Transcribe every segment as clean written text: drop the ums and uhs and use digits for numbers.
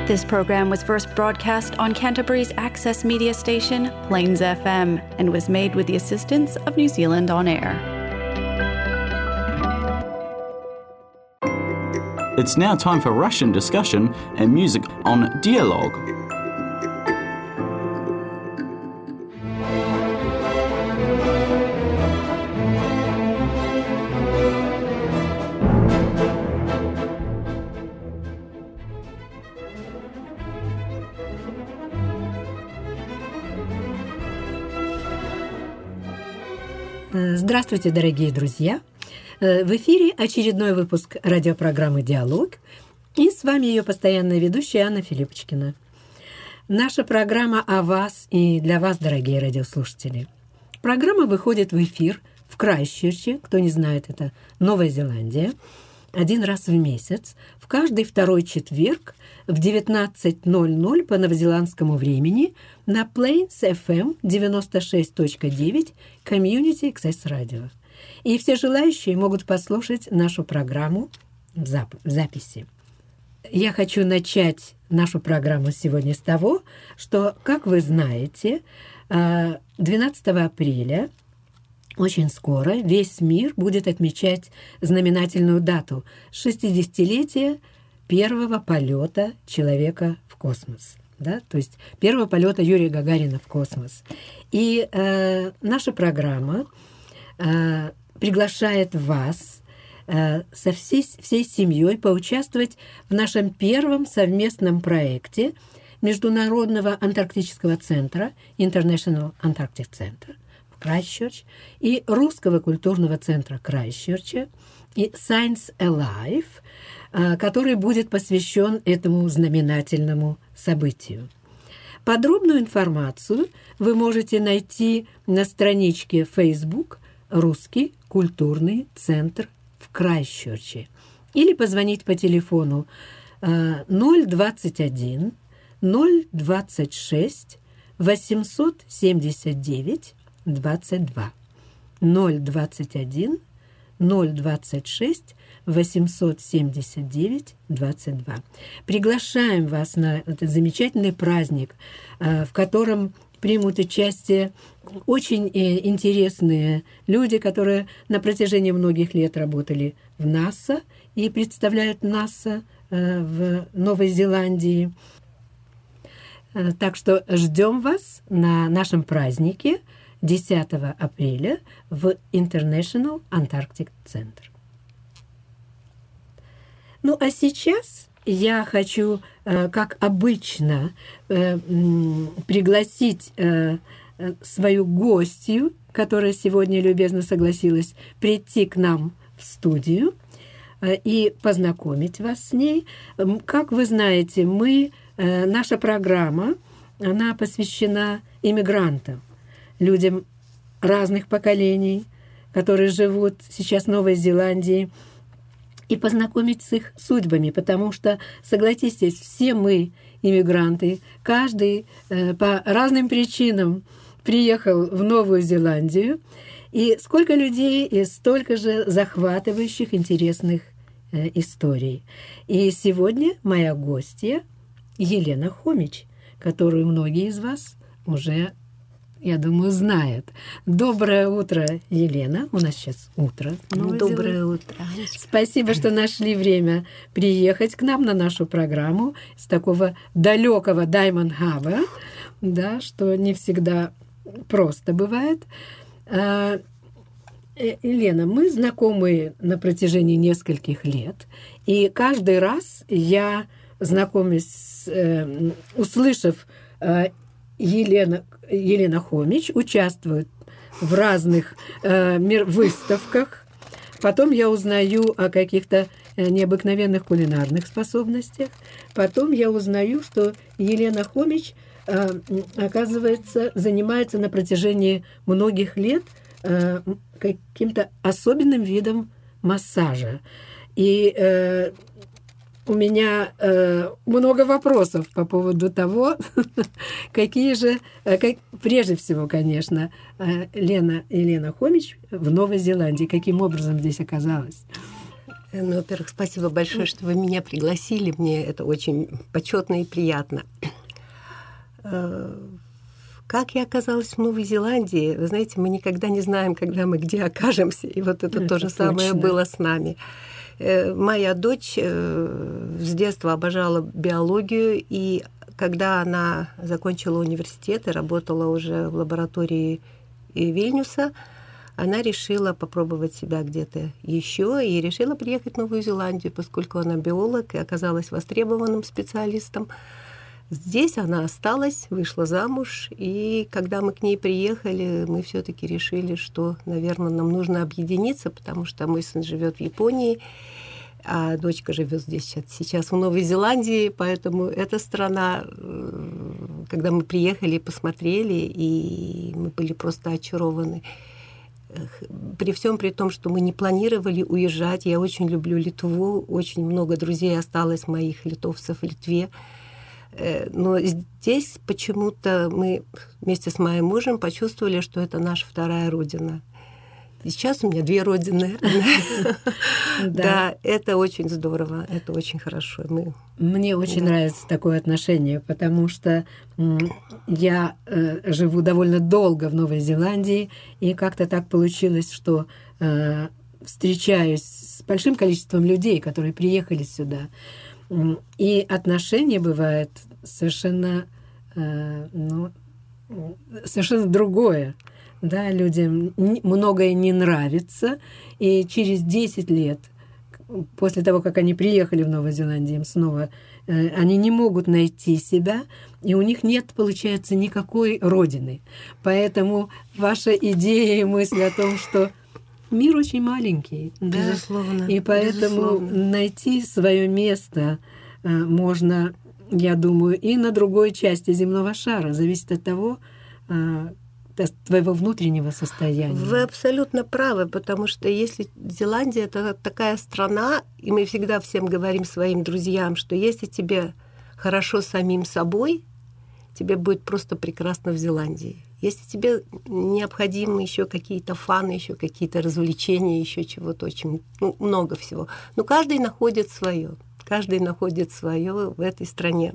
This program was first broadcast on Canterbury's access media station, Plains FM, and was made with the assistance of New Zealand On Air. It's now time for Russian discussion and music on Dialogue. Здравствуйте, дорогие друзья! В эфире очередной выпуск радиопрограммы «Диалог», и с вами ее постоянная ведущая Анна Филиппочкина. Наша программа о вас и для вас, дорогие радиослушатели. Программа выходит в эфир в Крайстчерче, кто не знает, это Новая Зеландия, один раз в месяц, в каждый второй четверг в 19:00 по новозеландскому времени на Plains FM 96.9 Community Access Radio. И все желающие могут послушать нашу программу в записи. Я хочу начать нашу программу сегодня с того, что, как вы знаете, 12 апреля очень скоро весь мир будет отмечать знаменательную дату – 60-летие первого полета человека в космос. Да? То есть первого полета Юрия Гагарина в космос. И наша программа приглашает вас со всей семьей поучаствовать в нашем первом совместном проекте Международного антарктического центра International Antarctic Center Крайстчерч и Русского культурного центра Крайстчерча и Science Alive, который будет посвящен этому знаменательному событию. Подробную информацию вы можете найти на страничке Facebook «Русский культурный центр в Крайстчерче» или позвонить по телефону 021 026 879 22 021 026 879 22. Приглашаем вас на этот замечательный праздник, в котором примут участие очень интересные люди, которые на протяжении многих лет работали в НАСА и представляют НАСА в Новой Зеландии. Так что ждем вас на нашем празднике 10 апреля в International Antarctic Center. Ну, а сейчас я хочу, как обычно, пригласить свою гостью, которая сегодня любезно согласилась прийти к нам в студию и познакомить вас с ней. Как вы знаете, наша программа, она посвящена иммигрантам, людям разных поколений, которые живут сейчас в Новой Зеландии, и познакомить с их судьбами, потому что, согласитесь, все мы иммигранты, каждый по разным причинам приехал в Новую Зеландию, и сколько людей, и столько же захватывающих, интересных историй. И сегодня моя гостья Елена Хомич, которую многие из вас уже, я думаю, знают. Доброе утро, Елена. У нас сейчас утро. Доброе утро. Спасибо, что нашли время приехать к нам на нашу программу с такого далекого Diamond Harbour, да, что не всегда просто бывает. Елена, мы знакомы на протяжении нескольких лет, и каждый раз я знакомлюсь, услышав Елена Хомич участвует в разных выставках. Потом я узнаю о каких-то необыкновенных кулинарных способностях. Потом я узнаю, что Елена Хомич, оказывается, занимается на протяжении многих лет каким-то особенным видом массажа. И у меня много вопросов по поводу того, прежде всего, конечно, Елена Хомич в Новой Зеландии, каким образом здесь оказалась? Ну, во-первых, спасибо большое, что вы меня пригласили. Мне это очень почетно и приятно. Как я оказалась в Новой Зеландии? Вы знаете, мы никогда не знаем, когда мы где окажемся. И вот это то же самое было с нами. Моя дочь с детства обожала биологию, и когда она закончила университет и работала уже в лаборатории Вильнюса, она решила попробовать себя где-то еще и решила приехать в Новую Зеландию, поскольку она биолог и оказалась востребованным специалистом. Здесь она осталась, вышла замуж, и когда мы к ней приехали, мы все-таки решили, что, наверное, нам нужно объединиться, потому что мой сын живет в Японии, а дочка живет здесь сейчас в Новой Зеландии, поэтому эта страна, когда мы приехали и посмотрели, и мы были просто очарованы. При всем при том, что мы не планировали уезжать, я очень люблю Литву, очень много друзей осталось моих литовцев в Литве. Но здесь почему-то мы вместе с моим мужем почувствовали, что это наша вторая родина. И сейчас у меня 2 родины. Да, это очень здорово, это очень хорошо. Мне очень нравится такое отношение, потому что я живу довольно долго в Новой Зеландии, и как-то так получилось, что встречаюсь с большим количеством людей, которые приехали сюда. И отношение бывает совершенно другое. Да, людям многое не нравится, и через 10 лет, после того, как они приехали в Новую Зеландию, им снова они не могут найти себя, и у них нет, получается, никакой родины. Поэтому ваша идея и мысль о том, что мир очень маленький, безусловно, да, и поэтому найти свое место можно, я думаю, и на другой части земного шара, зависит от того, твоего внутреннего состояния. Вы абсолютно правы, потому что если Зеландия — это такая страна, и мы всегда всем говорим своим друзьям, что если тебе хорошо самим собой, тебе будет просто прекрасно в Зеландии. Если тебе необходимы еще какие-то фаны, еще какие-то развлечения, еще чего-то очень много всего. Но каждый находит свое. Каждый находит свое в этой стране.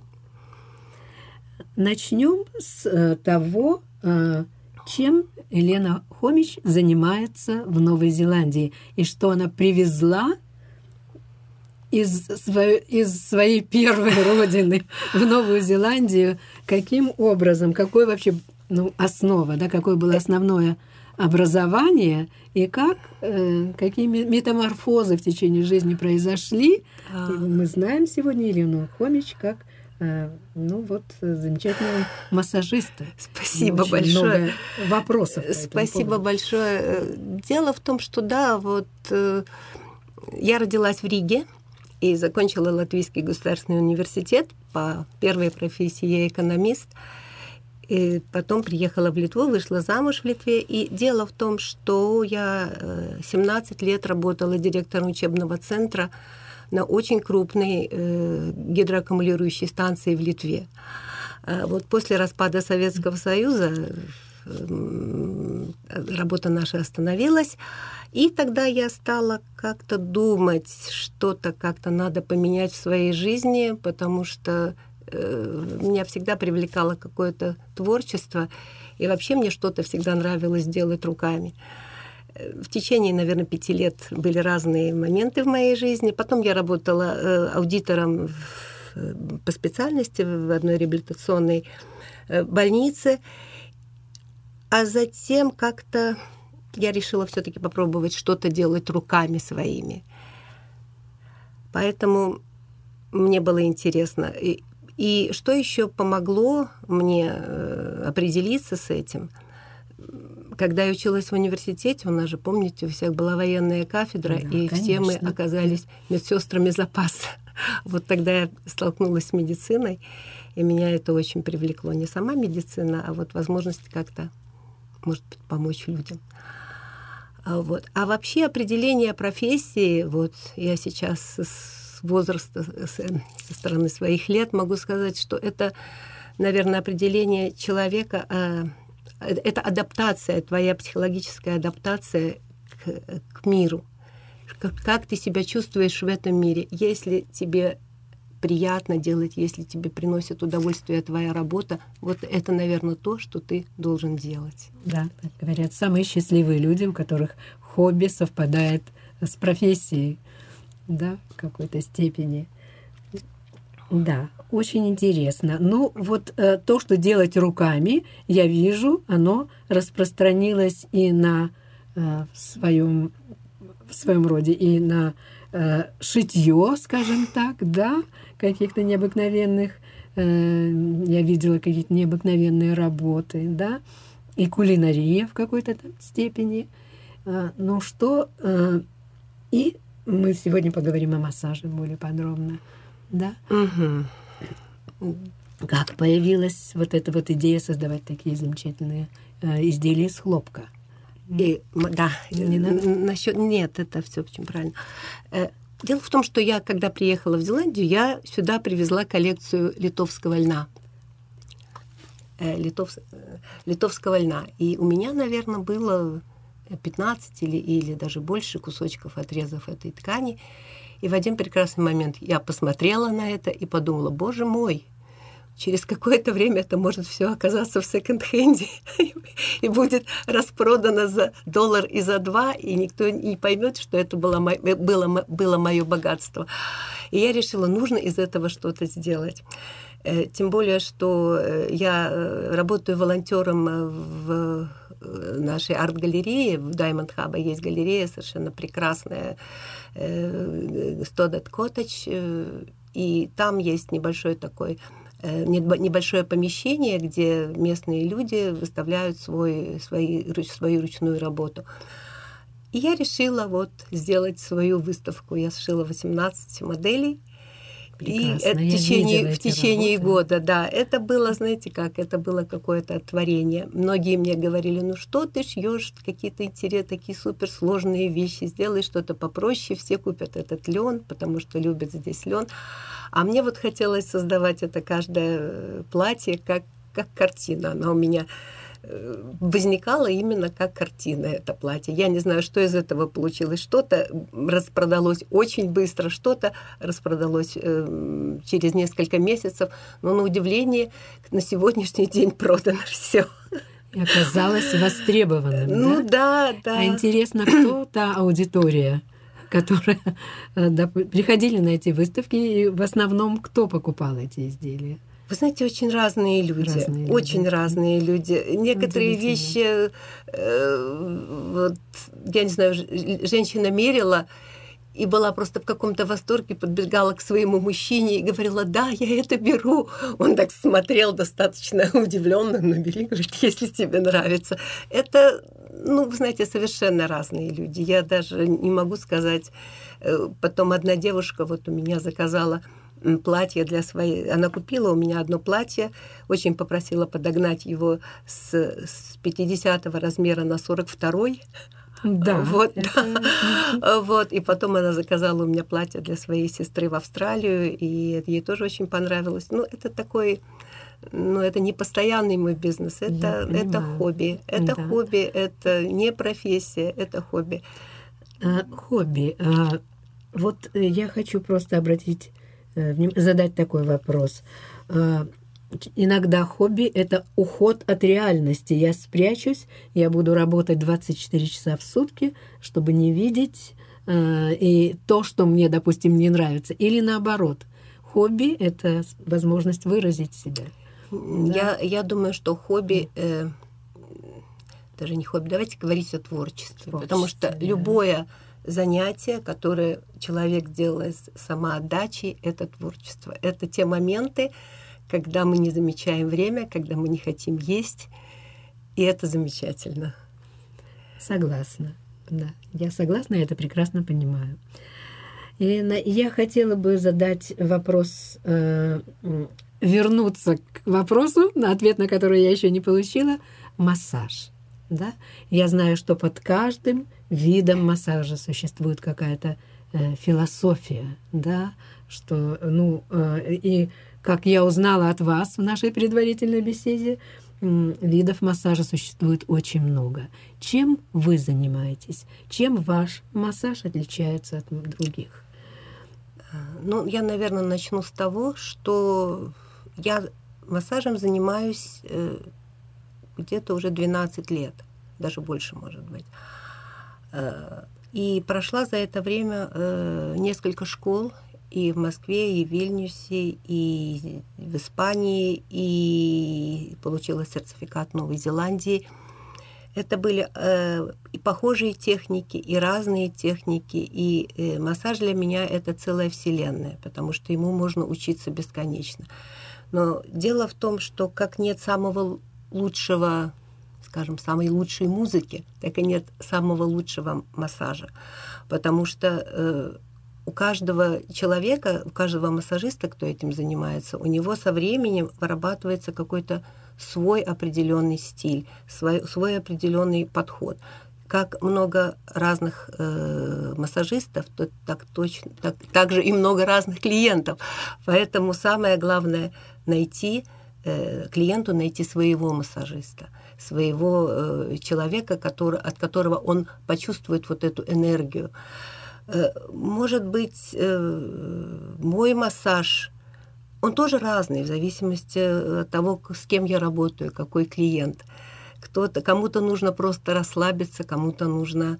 Начнем с того, чем Елена Хомич занимается в Новой Зеландии и что она привезла из своей первой родины в Новую Зеландию. Каким образом, какой вообще основа, да, какое было основное образование и какие метаморфозы в течение жизни произошли. Мы знаем сегодня Елену Хомич как замечательного массажиста. Спасибо большое. Много вопросов. Спасибо большое. Дело в том, что я родилась в Риге и закончила Латвийский государственный университет. По первой профессии я экономист. И потом приехала в Литву, вышла замуж в Литве. И дело в том, что я 17 лет работала директором учебного центра на очень крупной гидроаккумулирующей станции в Литве. Вот после распада Советского Союза работа наша остановилась, и тогда я стала как-то думать, что-то как-то надо поменять в своей жизни, потому что меня всегда привлекало какое-то творчество, и вообще мне что-то всегда нравилось делать руками. В течение, наверное, 5 лет были разные моменты в моей жизни. Потом я работала аудитором по специальности в одной реабилитационной больнице. А затем как-то я решила все-таки попробовать что-то делать руками своими. Поэтому мне было интересно. И что еще помогло мне определиться с этим? Когда я училась в университете, у нас же, помните, у всех была военная кафедра, да, и конечно, все мы оказались медсестрами запаса. Вот тогда я столкнулась с медициной, и меня это очень привлекло. Не сама медицина, а вот возможность как-то, может быть, помочь людям. Вот. А вообще определение профессии, вот я сейчас с возраста, со стороны своих лет могу сказать, что это, наверное, определение человека, это адаптация, твоя психологическая адаптация к миру. как ты себя чувствуешь в этом мире. Если тебе приятно делать, если тебе приносит удовольствие твоя работа, вот это, наверное, то, что ты должен делать. Да, так говорят, самые счастливые люди, у которых хобби совпадает с профессией, да, в какой-то степени. Да, очень интересно. Ну, вот то, что делать руками, я вижу, оно распространилось и на в своем роде, и на шитье, скажем так, да, каких-то необыкновенных, я видела какие-то необыкновенные работы, да, и кулинария в какой-то там степени. Ну что, и мы сегодня поговорим о массаже более подробно, да? Угу. Как появилась вот эта вот идея создавать такие замечательные изделия из хлопка? Да, нет, это все очень правильно. Дело в том, что я, когда приехала в Зеландию, я сюда привезла коллекцию литовского льна. Литовского льна. И у меня, наверное, было 15 или даже больше кусочков, отрезов этой ткани. И в один прекрасный момент я посмотрела на это и подумала: боже мой, через какое-то время это может все оказаться в секонд-хенде и будет распродано за $1 и за $2, и никто не поймет, что это было мое богатство. И я решила, нужно из этого что-то сделать. Тем более, что я работаю волонтером в нашей арт-галерее. В Diamond Hub есть галерея совершенно прекрасная, Stoddard Cottage, и там есть небольшое помещение, где местные люди выставляют свою ручную работу. И я решила вот сделать свою выставку. Я сшила 18 моделей. Прекрасно. И в течение года, да, это было, знаете как, это было какое-то творение. Многие мне говорили: ну что ты шьешь какие-то интересные, такие суперсложные вещи, сделай что-то попроще, все купят этот лен, потому что любят здесь лен. А мне вот хотелось создавать это каждое платье как картина. Она у меня возникала именно как картина, это платье. Я не знаю, что из этого получилось. Что-то распродалось очень быстро, что-то распродалось через несколько месяцев. Но на удивление, на сегодняшний день продано все. И оказалось востребованным. Ну да. А интересно, кто та аудитория, которая приходили на эти выставки, и в основном кто покупал эти изделия? Вы знаете, очень разные люди. Разные люди. Некоторые вещи, вот, я не знаю, женщина мерила и была просто в каком-то восторге, подбегала к своему мужчине и говорила: да, я это беру. Он так смотрел достаточно удивленно: ну, бери, говорит, если тебе нравится. Это, ну, вы знаете, совершенно разные люди. Я даже не могу сказать. Потом одна девушка вот у меня заказала платье для своей... Она купила у меня одно платье, очень попросила подогнать его с 50-го размера на 42-й. Да. Вот. И потом она заказала у меня платье для своей сестры в Австралию, и ей тоже очень понравилось. Ну, это такой... Ну, это не постоянный мой бизнес, это хобби. Это хобби, это не профессия, это хобби. Хобби. Вот я хочу просто задать такой вопрос. Иногда хобби – это уход от реальности. Я спрячусь, я буду работать 24 часа в сутки, чтобы не видеть и то, что мне, допустим, не нравится. Или наоборот. Хобби – это возможность выразить себя. Я думаю, что хобби, даже не хобби, давайте говорить о творчестве. Потому что любое занятие, которое человек делает с самоотдачей, это творчество. Это те моменты, когда мы не замечаем время, когда мы не хотим есть, и это замечательно. Согласна, да. Я согласна, я это прекрасно понимаю. Елена, я хотела бы задать вопрос, вернуться к вопросу, на ответ на который я еще не получила. Массаж. Да? Я знаю, что под каждым видом массажа существует какая-то философия, да, что, и как я узнала от вас в нашей предварительной беседе, видов массажа существует очень много. Чем вы занимаетесь? Чем ваш массаж отличается от других? Ну, я, наверное, начну с того, что я массажем занимаюсь где-то уже 12 лет, даже больше, может быть. И прошла за это время несколько школ и в Москве, и в Вильнюсе, и в Испании, и получила сертификат в Новой Зеландии. Это были и похожие техники, и разные техники, и массаж для меня — это целая вселенная, потому что ему можно учиться бесконечно. Но дело в том, что как нет самого лучшего, скажем, самой лучшей музыки, так и нет самого лучшего массажа, потому что у каждого человека, у каждого массажиста, кто этим занимается, у него со временем вырабатывается какой-то свой определенный стиль, свой определенный подход. Как много разных массажистов, то так же и много разных клиентов. Поэтому самое главное найти клиенту, найти своего массажиста, своего человека, от которого он почувствует вот эту энергию. Может быть, мой массаж, он тоже разный в зависимости от того, с кем я работаю, какой клиент. Кому-то нужно просто расслабиться, кому-то нужно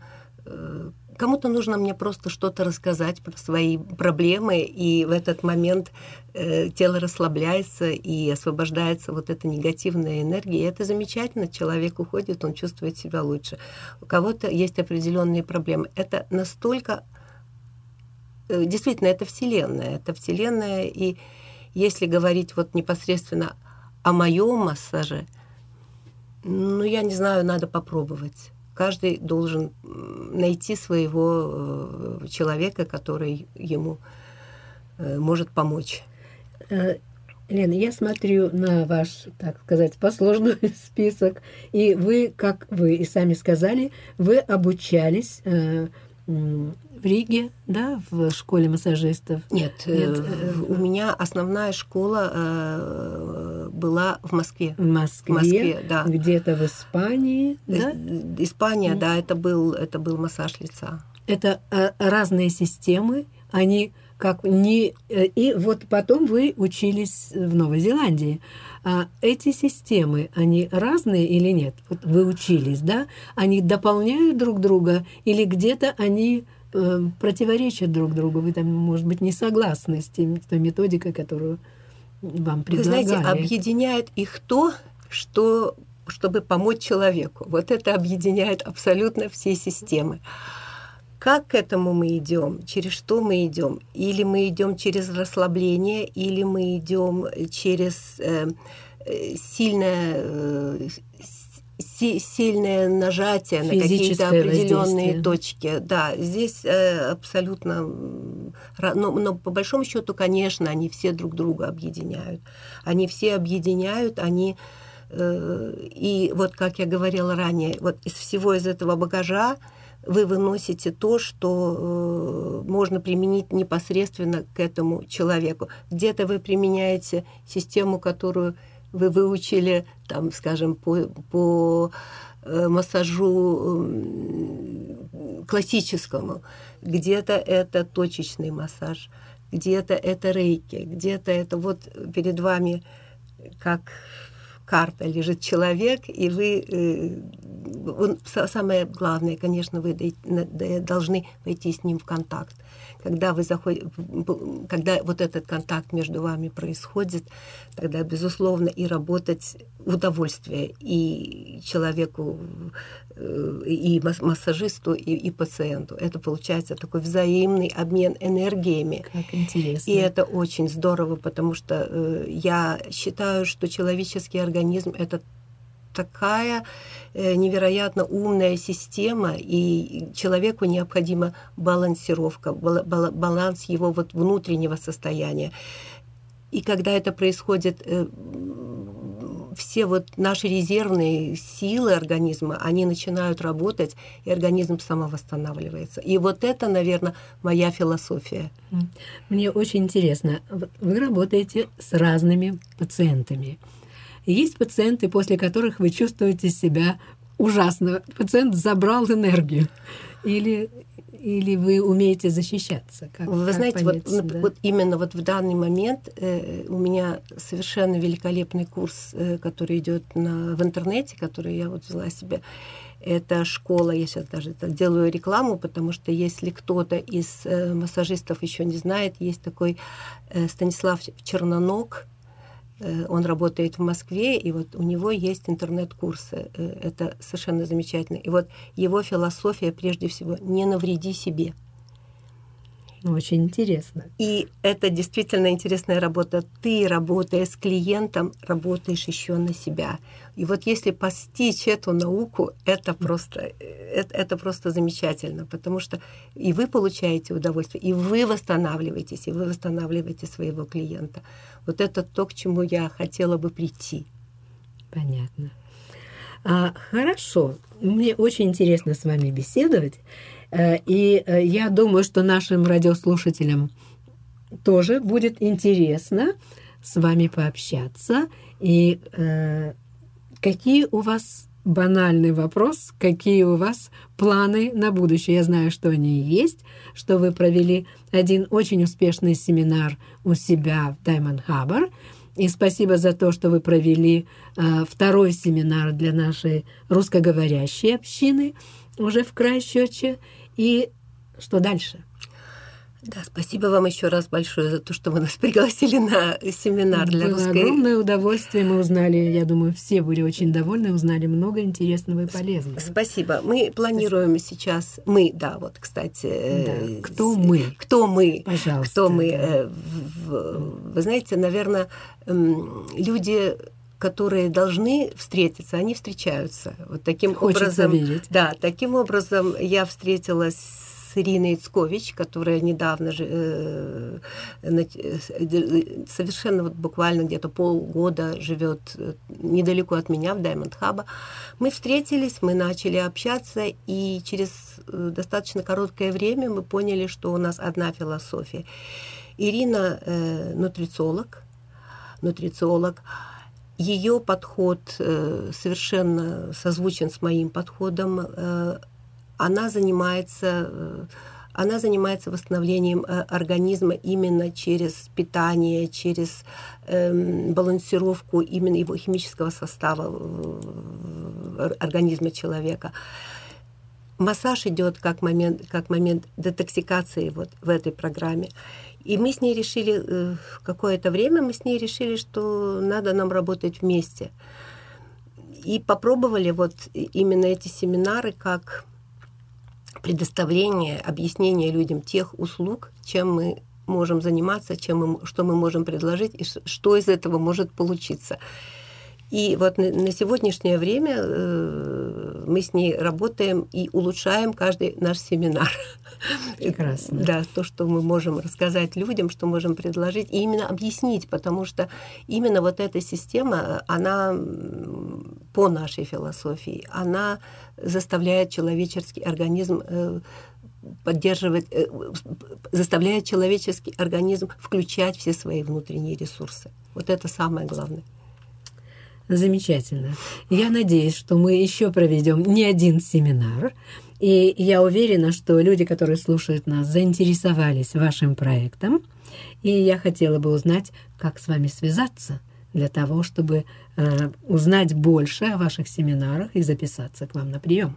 мне просто что-то рассказать про свои проблемы, и в этот момент тело расслабляется и освобождается вот эта негативная энергия. И это замечательно, человек уходит, он чувствует себя лучше. У кого-то есть определенные проблемы. Это настолько... Действительно, это Вселенная, и если говорить вот непосредственно о моем массаже, ну, я не знаю, надо попробовать. Каждый должен найти своего человека, который ему может помочь. Лена, я смотрю на ваш, так сказать, послужной список, и вы, как вы и сами сказали, вы обучались в Риге, да, в школе массажистов? Нет, у меня основная школа была в Москве. В Москве, да. Где-то в Испании, да? Испания, да, это был массаж лица. Это разные системы, они как не... И вот потом вы учились в Новой Зеландии. А эти системы, они разные или нет? Вот вы учились, да? Они дополняют друг друга или где-то они противоречат друг другу? Вы там, может быть, не согласны с той методикой, которую вам предлагали? Вы знаете, объединяет их то, чтобы помочь человеку. Вот это объединяет абсолютно все системы. Как к этому мы идем? Через что мы идем? Или мы идем через расслабление, или мы идем через сильное нажатие на какие-то определенные точки. Да, здесь абсолютно... Но по большому счету, конечно, они все друг друга объединяют. Они все объединяют, и вот, как я говорила ранее, вот из всего из этого багажа вы выносите то, что можно применить непосредственно к этому человеку. Где-то вы применяете систему, которую вы выучили, там, скажем, по массажу классическому. Где-то это точечный массаж, где-то это рейки, где-то это вот перед вами как карта лежит человек, и вы... Самое главное, конечно, вы должны войти с ним в контакт. Когда вот этот контакт между вами происходит, тогда, безусловно, и работать в удовольствие и человеку, и массажисту, и пациенту. Это получается такой взаимный обмен энергиями. Как интересно. И это очень здорово, потому что я считаю, что человеческий организм — это такая невероятно умная система, и человеку необходима балансировка, баланс его вот внутреннего состояния. И когда это происходит, все вот наши резервные силы организма, они начинают работать, и организм самовосстанавливается. И вот это, наверное, моя философия. Мне очень интересно. Вы работаете с разными пациентами. есть пациенты, после которых вы чувствуете себя ужасно. Пациент забрал энергию. Или вы умеете защищаться? Вы знаете, вот именно вот в данный момент у меня совершенно великолепный курс, который идет в интернете, который я вот взяла себе. Это школа, я сейчас даже делаю рекламу, потому что если кто-то из массажистов еще не знает, есть такой Станислав Черноног, он работает в Москве, и вот у него есть интернет-курсы. Это совершенно замечательно. И вот его философия, прежде всего, не навреди себе. Очень интересно. И это действительно интересная работа. Ты, работая с клиентом, работаешь еще на себя. И вот если постичь эту науку, это просто замечательно, потому что и вы получаете удовольствие, и вы восстанавливаетесь, и вы восстанавливаете своего клиента. Вот это то, к чему я хотела бы прийти. Понятно. Хорошо. Мне очень интересно с вами беседовать. И я думаю, что нашим радиослушателям тоже будет интересно с вами пообщаться. И какие у вас, банальный вопрос, какие у вас планы на будущее? Я знаю, что они есть, что вы провели один очень успешный семинар у себя в Diamond Harbour. И спасибо за то, что вы провели второй семинар для нашей русскоговорящей общины уже в Крайстчерче. И что дальше? Да, спасибо вам еще раз большое за то, что вы нас пригласили на семинар для русской. Было огромное удовольствие. Мы узнали, я думаю, все были очень довольны, узнали много интересного и полезного. Спасибо. Мы планируем сейчас... вот, кстати... Да. Кто мы? Кто мы? Пожалуйста. Кто мы? Да. Вы знаете, наверное, люди, которые должны встретиться, они встречаются. Вот таким Хочется образом... верить. Да, таким образом я встретилась с Ириной Ицкович, которая недавно совершенно буквально где-то полгода живет недалеко от меня в Diamond Harbour. Мы встретились, мы начали общаться, и через достаточно короткое время мы поняли, что у нас одна философия. Ирина нутрициолог. Ее подход совершенно созвучен с моим подходом. Она занимается восстановлением организма именно через питание, через балансировку именно его химического состава в организме человека. Массаж идет как момент детоксикации вот в этой программе. И мы с ней решили, какое-то время что надо нам работать вместе. И попробовали вот именно эти семинары как предоставление, объяснение людям тех услуг, чем мы можем заниматься, что мы можем предложить, и что из этого может получиться. И вот на сегодняшнее время мы с ней работаем и улучшаем каждый наш семинар. Прекрасно. Да, то, что мы можем рассказать людям, что можем предложить, и именно объяснить, потому что именно вот эта система, она по нашей философии, она заставляет человеческий организм заставляет человеческий организм включать все свои внутренние ресурсы. Вот это самое главное. Замечательно. Я надеюсь, что мы еще проведем не один семинар. И я уверена, что люди, которые слушают нас, заинтересовались вашим проектом. И я хотела бы узнать, как с вами связаться для того, чтобы узнать больше о ваших семинарах и записаться к вам на прием.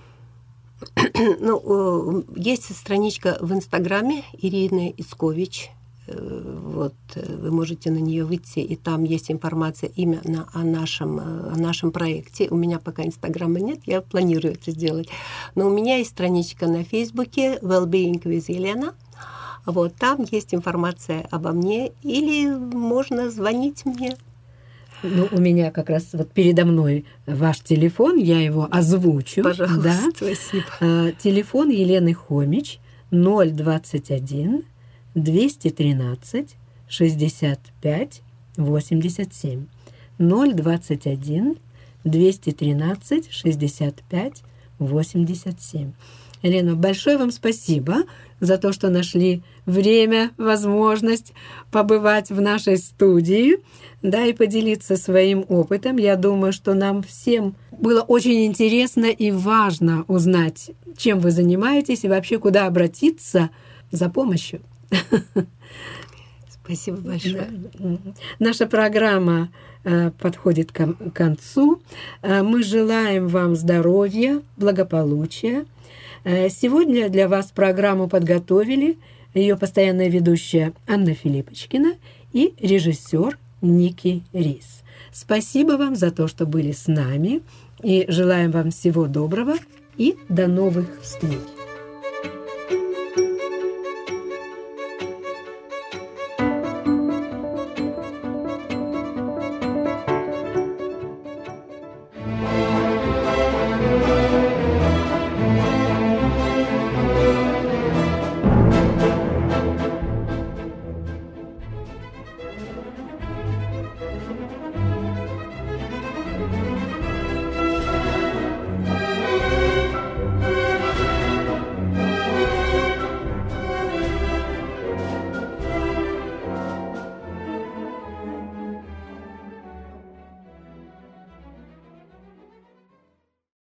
Есть страничка в Инстаграме Ирины Ицкович. Вот, вы можете на нее выйти, и там есть информация именно о нашем проекте. У меня пока Инстаграма нет, я планирую это сделать. Но у меня есть страничка на Фейсбуке Wellbeing with Елена. Вот, там есть информация обо мне, или можно звонить мне. У меня как раз вот передо мной ваш телефон, я его озвучу. Пожалуйста, да? Спасибо. Телефон Елены Хомич 021 213 65 87. 021 213 65 87. Елена, большое вам спасибо за то, что нашли время, возможность побывать в нашей студии, да, и поделиться своим опытом. Я думаю, что нам всем было очень интересно и важно узнать, чем вы занимаетесь и вообще куда обратиться за помощью. Спасибо большое. Наша программа подходит к концу. Мы желаем вам здоровья, благополучия. Сегодня для вас программу подготовили ее постоянная ведущая Анна Филиппочкина и режиссер Ники Рис. Спасибо вам за то, что были с нами, и желаем вам всего доброго и до новых встреч.